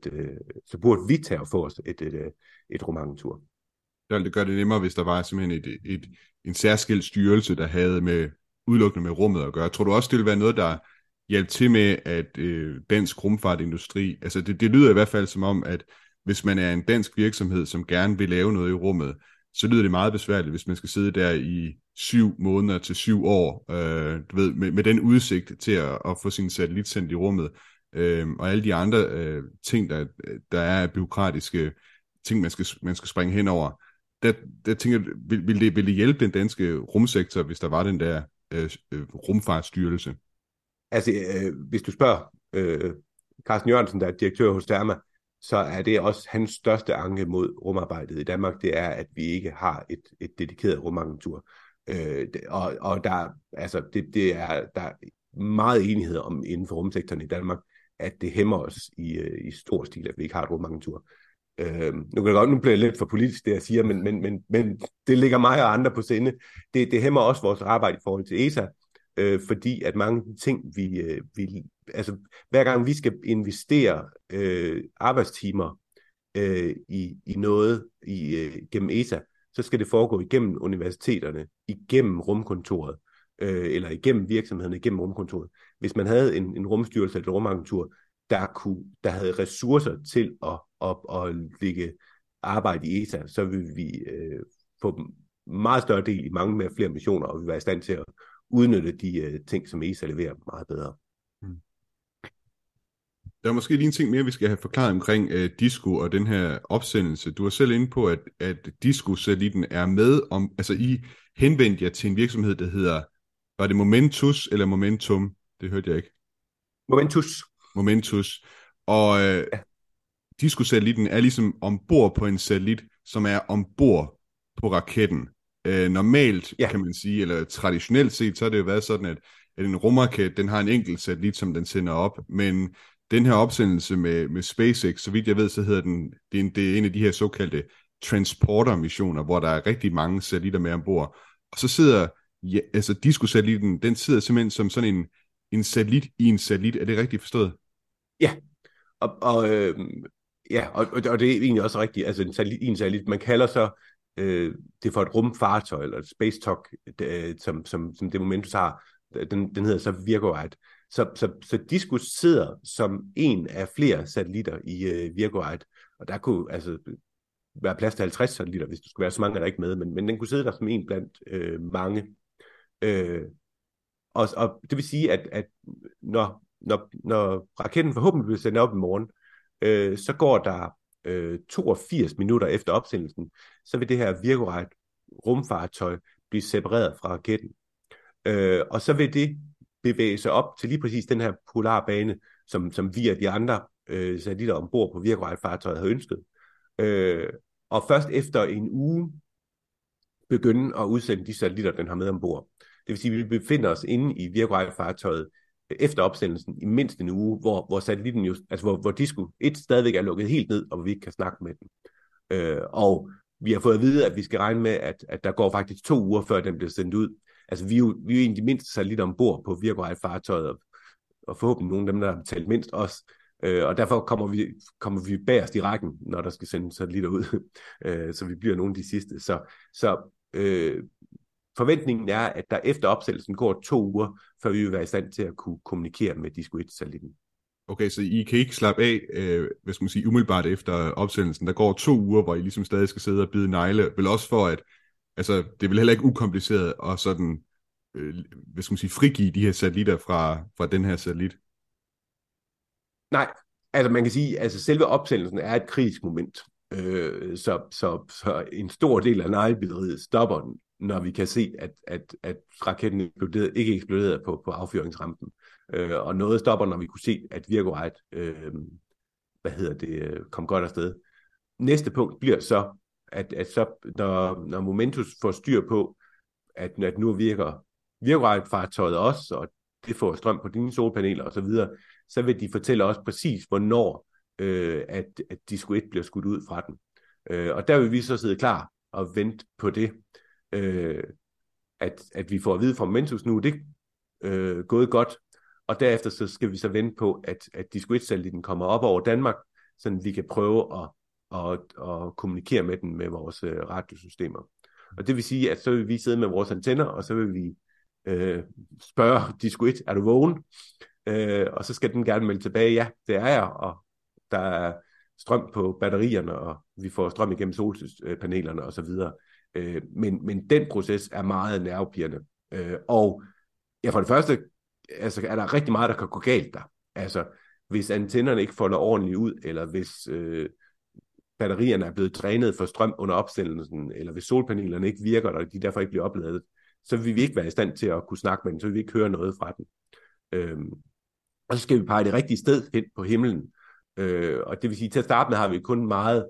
Speaker 3: at få os et rumagentur.
Speaker 2: Det gør det nemmere, hvis der var simpelthen en særskilt styrelse, der havde udelukkende med rummet at gøre. Tror du også, det ville være noget, der hjalp til med, at dansk rumfartindustri, altså det lyder i hvert fald som om, at hvis man er en dansk virksomhed, som gerne vil lave noget i rummet, så lyder det meget besværligt, hvis man skal sidde der i 7 måneder til 7 år, du ved, med den udsigt til at få sin satellit sendt i rummet, og alle de andre ting, der er bureaukratiske ting, man skal springe hen over. Der tænker jeg, vil det hjælpe den danske rumsektor, hvis der var den der rumfartsstyrelse?
Speaker 3: Altså, hvis du spørger Carsten Jørgensen, der er direktør hos Therma, så er det også hans største anke mod rumarbejdet i Danmark, det er, at vi ikke har et dedikeret rumagentur. Og der er der enighed om inden for rumsektoren i Danmark, at det hæmmer os i stor stil, at vi ikke har et rumagentur. Nu bliver det lidt for politisk, det jeg siger, men det ligger mig og andre på sinde. Det hæmmer også vores arbejde i forhold til ESA, fordi at mange ting, altså hver gang vi skal investere arbejdstimer i noget gennem ESA, så skal det foregå igennem universiteterne, igennem rumkontoret, eller igennem virksomhederne, igennem rumkontoret. Hvis man havde en rumstyrelse eller et rumagentur, der havde ressourcer til at lægge arbejde i ESA, så vil vi få meget større del i mange flere missioner, og vi vil være i stand til at udnytte de ting, som ESA leverer meget bedre.
Speaker 2: Der er måske lige en ting mere, vi skal have forklaret omkring DISCO og den her opsendelse. Du var selv inde på, at DISCO-satellitten er med om, altså I henvendte jer til en virksomhed, der hedder, var det Momentus eller Momentum? Det hørte jeg ikke. Momentus. Og DISCO-satellitten er ligesom ombord på en satellit, som er ombord på raketten. Normalt, kan man sige, eller traditionelt set, så har det jo været sådan, at en rumraket, den har en enkelt satellit, som den sender op, men den her opsendelse med SpaceX, så vidt jeg ved, så hedder den, det er en af de her såkaldte transporter-missioner, hvor der er rigtig mange satellitter med ombord. Og så sidder, ja, altså DISCO-satellitten, den sidder simpelthen som sådan en satellit i en satellit. Er det rigtigt forstået?
Speaker 3: Ja, og det er egentlig også rigtigt. Altså en satellit i en satellit, man kalder så det for et rumfartøj, eller et space talk, som det Momentus har. Den hedder så Virgo-Eyed. Så DISCO sidder som en af flere satellitter i Virgo-Eyed, og der kunne altså være plads til 50 satellitter, hvis du skulle være så mange, der ikke med, men den kunne sidde der som en blandt mange. Og det vil sige, at når raketten forhåbentlig bliver sendt op i morgen, så går der 82 minutter efter opsendelsen, så vil det her Virgo-Eyed rumfartøj blive separeret fra raketten. Og så vil det bevæge sig op til lige præcis den her polarbane, som vi og de andre satellitter ombord på Virgo-Eyed-fartøjet har ønsket. Og først efter en uge begynde at udsende de satellitter, den har med ombord. Det vil sige, at vi befinder os inde i Virgo-Eyed-fartøjet efter opsendelsen i mindst en uge, hvor satellitten jo, altså hvor DISCO 1 stadigvæk er lukket helt ned, og vi ikke kan snakke med den. Og vi har fået at vide, at vi skal regne med, at der går faktisk 2 uger, før den bliver sendt ud. Altså vi er jo en af de mindste satellitter ombord på Virgo-Eyed-fartøjet, og forhåbentlig nogle af dem, der har betalt mindst også. Og derfor kommer vi bagerst i rækken, når der skal sendes satellitter ud. Så vi bliver nogle af de sidste. Så forventningen er, at der efter opsættelsen går 2 uger, før vi vil være i stand til at kunne kommunikere med DISCO 1-satellitten.
Speaker 2: Okay, så I kan ikke slappe af, hvad skal man sige, umiddelbart efter opsendelsen. Der går 2 uger, hvor I ligesom stadig skal sidde og bide negle. Vel også for, at altså, det er vel heller ikke ukompliceret at sådan, hvad skal man sige, frigive de her satellitter fra den her satellit?
Speaker 3: Nej, altså man kan sige, altså selve opsendelsen er et kritisk moment. Så en stor del af nejlebyggeriet stopper, når vi kan se, at raketten ikke eksploderede på affyringsrampen. Og noget stopper, når vi kunne se, at Virgo-Eyed kom godt afsted. Næste punkt bliver så, at så, når Momentus får styr på, at nu virker Virgo-Eyed-fartøjet også, og det får strøm på dine solpaneler osv., så vil de fortælle os præcis, hvornår at DISCO 1 bliver skudt ud fra den. Og der vil vi så sidde klar og vente på det, at vi får at vide fra Momentus nu, det er gået godt, og derefter så skal vi så vente på, at DISCO 1-satellitten kommer op over Danmark, så vi kan prøve at kommunikere med den med vores radiosystemer. Og det vil sige, at så vil vi sidde med vores antenner, og så vil vi spørge DISCO 1, er du vågen? Og så skal den gerne melde tilbage, ja, det er jeg, og der er strøm på batterierne, og vi får strøm igennem solpanelerne osv. Men den proces er meget nervepirrende. Og ja, for det første altså, er der rigtig meget, der kan gå galt der. Altså, hvis antennerne ikke folder ordentligt ud, eller hvis batterierne er blevet drænet for strøm under opsendelsen, eller hvis solpanelerne ikke virker, og de derfor ikke bliver opladet, så vil vi ikke være i stand til at kunne snakke med den, så vil vi ikke høre noget fra den. Og så skal vi pege det rigtige sted hen på himlen. Og det vil sige, til at starte med har vi kun meget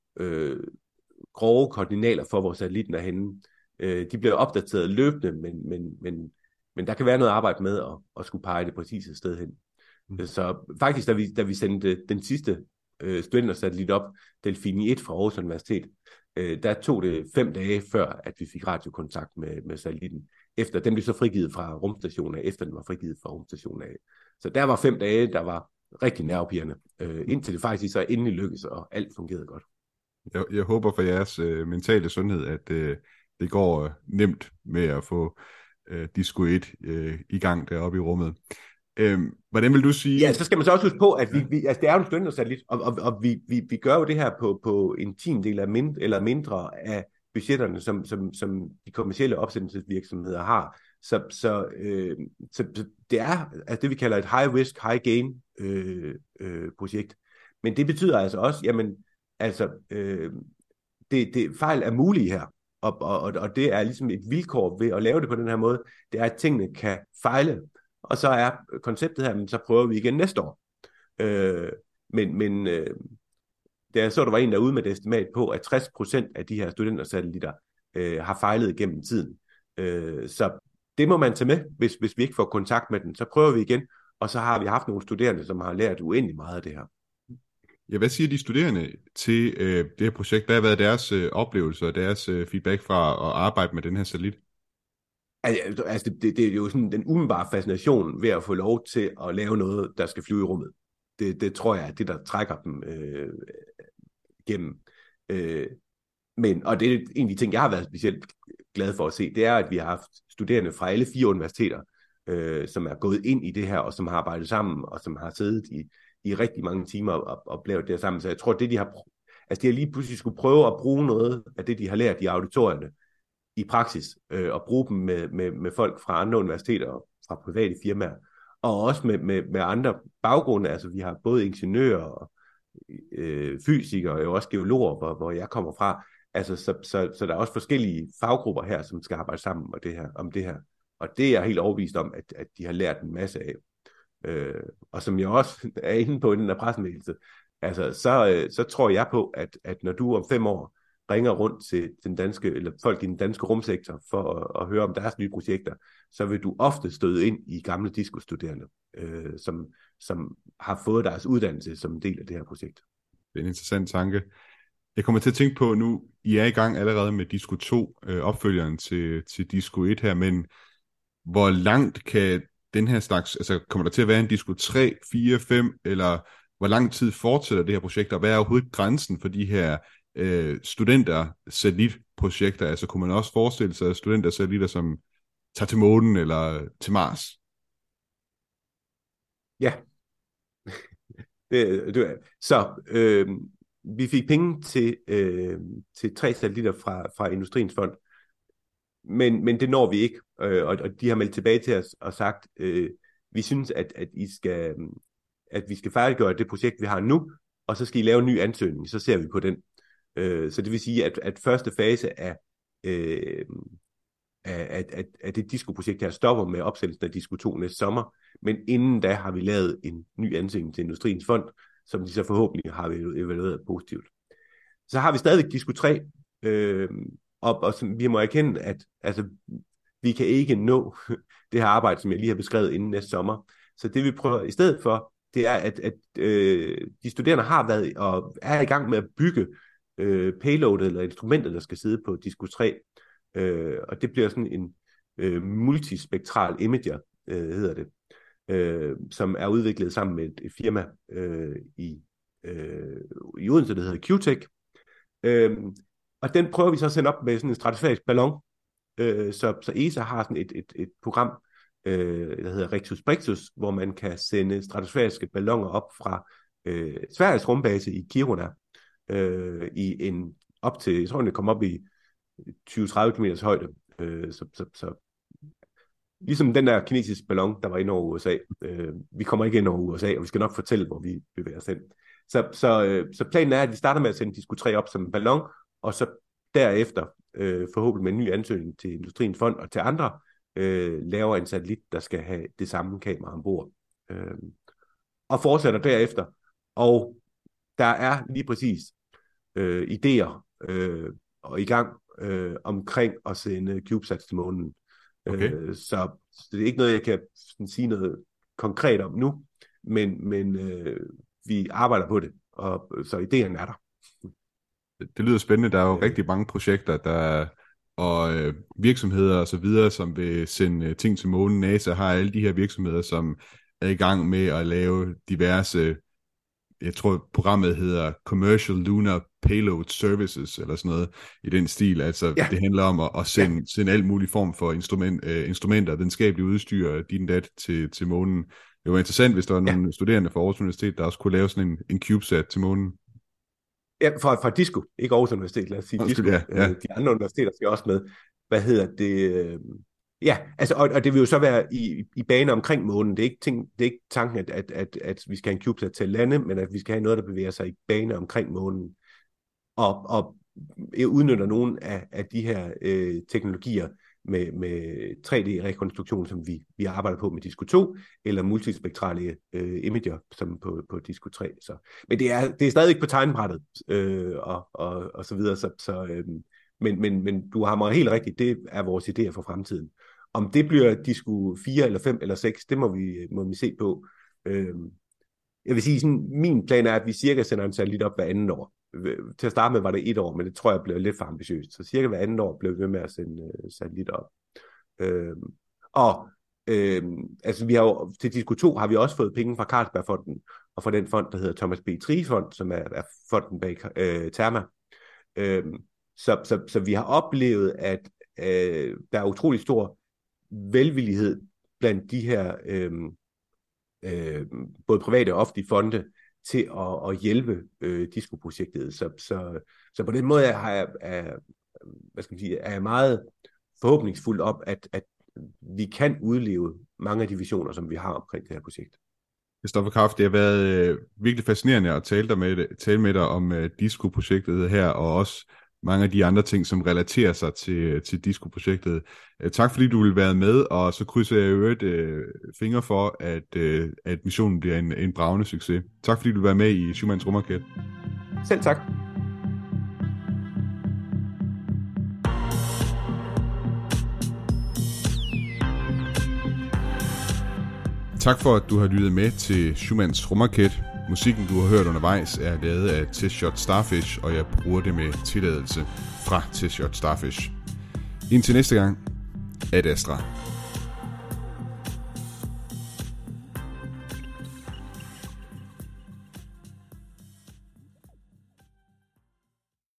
Speaker 3: grove koordinater for, hvor satellitten er henne. De bliver opdateret løbende, men der kan være noget arbejde med at skulle pege det præcise sted hen. Så faktisk, da vi sendte den sidste studentersatellit op, Delfini 1 fra Aarhus Universitet, der tog det 5 dage før, at vi fik radiokontakt med satellitten. Efter den blev så frigivet fra rumstationen af, efter den var frigivet fra rumstationen af. Så der var 5 dage, der var rigtig nervepirrende, indtil det faktisk så endelig lykkedes, og alt fungerede godt.
Speaker 2: Jeg håber for jeres mentale sundhed, at det går nemt med at få DISCO 1 i gang deroppe i rummet. Hvordan vil du sige?
Speaker 3: Ja, så skal man så også huske på, at altså, det er jo en studentersatellit, og vi gør jo det her på en tiendedel af mindre af budgetterne, som de kommercielle opsendelsesvirksomheder har. Så det er altså det, vi kalder et high risk, high gain projekt. Men det betyder altså også, jamen, altså, det fejl er mulige her. Og det er ligesom et vilkår ved at lave det på den her måde, det er, at tingene kan fejle. Og så er konceptet her, så prøver vi igen næste år. Men der var en, der ude med et estimat på, at 60% af de her studentersatellitter har fejlet gennem tiden. Så det må man tage med, hvis vi ikke får kontakt med den. Så prøver vi igen, og så har vi haft nogle studerende, som har lært uendelig meget af det her.
Speaker 2: Ja, hvad siger de studerende til det her projekt? Hvad har været deres oplevelser og deres feedback fra at arbejde med den her satellit?
Speaker 3: Altså det er jo sådan den umiddelbare fascination ved at få lov til at lave noget, der skal flyve i rummet. Det tror jeg er det, der trækker dem igennem. Og det er en af de ting, jeg har været specielt glad for at se, det er, at vi har haft studerende fra alle 4 universiteter, som er gået ind i det her, og som har arbejdet sammen, og som har siddet i rigtig mange timer og lavet det her sammen. Så jeg tror, det de har lige pludselig skulle prøve at bruge noget af det, de har lært i auditorierne i praksis, og bruge dem med folk fra andre universiteter og fra private firmaer, og også med andre baggrunde. Altså vi har både ingeniører og fysikere og også geologer, hvor jeg kommer fra. Altså, så der er også forskellige faggrupper her, som skal arbejde sammen om det her. Og det er jeg helt overbevist om, at de har lært en masse af. Og som jeg også er inde på i den der pressemeddelelse, altså, så tror jeg på, at når du om 5 år ringer rundt til den danske, eller folk i den danske rumsektor for at høre om deres nye projekter, så vil du ofte støde ind i gamle diskostuderende, som har fået deres uddannelse som en del af det her projekt.
Speaker 2: Det er en interessant tanke. Jeg kommer til at tænke på nu, I er i gang allerede med Disco 2, opfølgeren til Disco 1 her, men hvor langt kan den her slags, altså kommer der til at være en Disco 3, 4, 5, eller hvor lang tid fortsætter det her projekt, og hvad er overhovedet grænsen for de her studenter-satellitprojekter? Altså kunne man også forestille sig studenter-satellitter, som tager til månen eller til Mars?
Speaker 3: Ja. Så vi fik penge til 3 satellitter fra Industriens Fond, men det når vi ikke, og de har meldt tilbage til os og sagt, vi synes, at vi skal færdiggøre det projekt, vi har nu, og så skal I lave en ny ansøgning, så ser vi på den. Så det vil sige, at første fase af det Disco-projekt her stopper med opsættelsen af Disco 2 næste sommer, men inden da har vi lavet en ny ansøgning til Industriens Fond, som de så forhåbentlig har evalueret positivt. Så har vi stadig Disco 3, og vi må erkende, at altså, vi kan ikke nå det her arbejde, som jeg lige har beskrevet inden næste sommer. Så det vi prøver i stedet for, det er, at de studerende har været og er i gang med at bygge payloadet eller instrumentet, der skal sidde på Disco 3. Og det bliver sådan en multispektral imager, hedder det, som er udviklet sammen med et firma i Odense, der hedder QTech. Og den prøver vi så at sende op med sådan en stratosfærisk ballon. Så ESA har sådan et program, der hedder Rectus Brexus, hvor man kan sende stratosfæriske balloner op fra Sveriges rumbase i Kiruna i en op til, jeg tror, det kommer op i 20-30 km højde. Så ligesom den der kinesiske ballon, der var inde over USA. Vi kommer ikke ind over USA, og vi skal nok fortælle, hvor vi bevæger os hen. Så planen er, at vi starter med at sende Disco 3 op som en ballon, og så derefter forhåbentlig med en ny ansøgning til Industriens Fond og til andre, laver en satellit, der skal have det samme kamera ombord. Og fortsætter derefter. Og der er lige præcis idéer og i gang omkring at sende CubeSats til månen.
Speaker 2: Okay.
Speaker 3: Så det er ikke noget, jeg kan sige noget konkret om nu, men vi arbejder på det, og så idéen er der.
Speaker 2: Det lyder spændende. Der er jo rigtig mange projekter, og virksomheder og så videre, som vil sende ting til månen. NASA har alle de her virksomheder, som er i gang med at lave diverse, jeg tror programmet hedder Commercial Lunar Payload Services, eller sådan noget i den stil. Altså det handler om at sende alt mulig form for instrumenter, videnskabelige udstyr, din dat til månen. Det var interessant, hvis der var nogle studerende fra Aarhus Universitet, der også kunne lave sådan en CubeSat til månen.
Speaker 3: Ja, fra Disco, ikke Aarhus Universitet, lad os sige Disco. Ja. De andre universiteter skal også med. Hvad hedder det? Ja, altså, og det vil jo så være i bane omkring månen. Det er ikke tanken, at vi skal have en CubeSat til at lande, men at vi skal have noget, der bevæger sig i bane omkring månen. Og udnytter nogle af de her teknologier med 3D-rekonstruktion, som vi arbejder på med Disco 2, eller multispektrale imager, som på Disco 3. Så. Men det er stadig ikke på tegnebrættet, og så videre. Men du har mig helt rigtigt, det er vores idéer for fremtiden. Om det bliver Disco 4 eller 5 eller 6, det må vi se på. Jeg vil sige, sådan, min plan er, at vi cirka sender en satellit op hver anden år. Til at starte med var det 1 år, men det tror jeg blev lidt for ambitiøst. Så cirka hver anden år blev vi ved med at sende satellitter op. Altså vi har jo, til Disco 2 har vi også fået penge fra Carlsbergfonden, og fra den fond, der hedder Thomas B. Thrige Fond, som er fonden bag Therma. Så vi har oplevet, at der er utrolig stor velvillighed blandt de her både private og offentlige fonde til at hjælpe Disco-projektet. Så på den måde er jeg meget forhåbningsfuld om, at vi kan udleve mange af de visioner, som vi har omkring det her projekt.
Speaker 2: Christoffer Kraft, det har været virkelig fascinerende at tale med dig om Disco-projektet her, og også mange af de andre ting, som relaterer sig til Disco-projektet. Tak fordi du vil være med, og så krydser jeg øvrigt fingre for, at missionen bliver en bragende succes. Tak fordi du vil være med i Schumanns rumraket.
Speaker 3: Selv tak.
Speaker 2: Tak for, at du har lyttet med til Schumanns rumraket. Musikken, du har hørt undervejs, er lavet af Test Shot Starfish, og jeg bruger det med tilladelse fra Test Shot Starfish. Indtil næste gang, Ad Astra.